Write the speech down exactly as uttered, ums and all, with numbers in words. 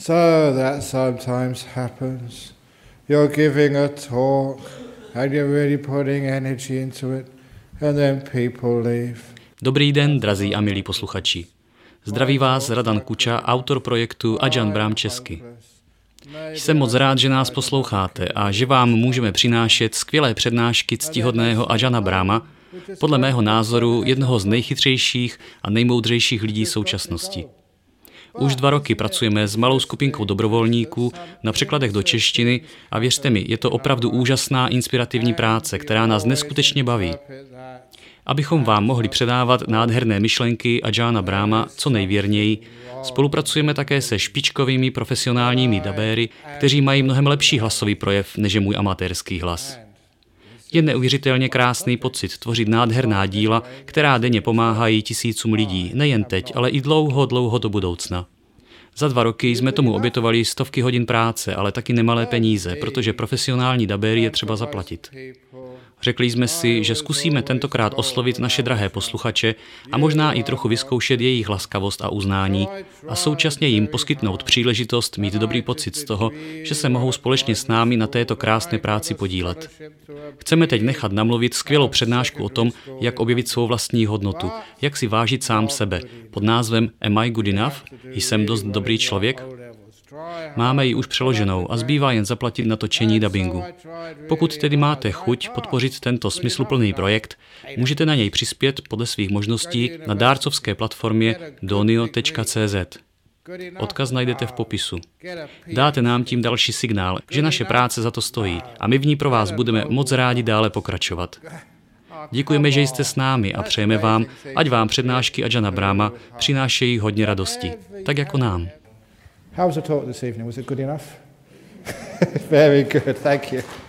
So that sometimes happens. You're giving a talk and you're really putting energy into it and then people leave. Dobrý den, drazí a milí posluchači. Zdraví vás Radan Kuča, autor projektu Ajahn Brahm česky. Jsem moc rád, že nás posloucháte a že vám můžeme přinášet skvělé přednášky ctihodného Ajahna Brahma, podle mého názoru jednoho z nejchytřejších a nejmoudřejších lidí současnosti. Už dva roky pracujeme s malou skupinkou dobrovolníků na překladech do češtiny a věřte mi, je to opravdu úžasná inspirativní práce, která nás neskutečně baví. Abychom vám mohli předávat nádherné myšlenky Ajahna Brahma co nejvěrněji, spolupracujeme také se špičkovými profesionálními dabéry, kteří mají mnohem lepší hlasový projev než je můj amatérský hlas. Je neuvěřitelně krásný pocit tvořit nádherná díla, která denně pomáhají tisícům lidí, nejen teď, ale i dlouho, dlouho do budoucna. Za dva roky jsme tomu obětovali stovky hodin práce, ale taky nemalé peníze, protože profesionální dabéry je třeba zaplatit. Řekli jsme si, že zkusíme tentokrát oslovit naše drahé posluchače a možná i trochu vyzkoušet jejich laskavost a uznání a současně jim poskytnout příležitost mít dobrý pocit z toho, že se mohou společně s námi na této krásné práci podílet. Chceme teď nechat namluvit skvělou přednášku o tom, jak objevit svou vlastní hodnotu, jak si vážit sám sebe, pod názvem Am I good enough? Jsem dost dobrý člověk? Máme ji už přeloženou a zbývá jen zaplatit natočení dabingu. Pokud tedy máte chuť podpořit tento smysluplný projekt, můžete na něj přispět podle svých možností na dárcovské platformě donio tečka cé zet. Odkaz najdete v popisu. Dáte nám tím další signál, že naše práce za to stojí a my v ní pro vás budeme moc rádi dále pokračovat. Děkujeme, že jste s námi a přejeme vám, ať vám přednášky Ajahna Brahma přinášejí hodně radosti, tak jako nám. How was the talk this evening? Was it good enough? Very good, thank you.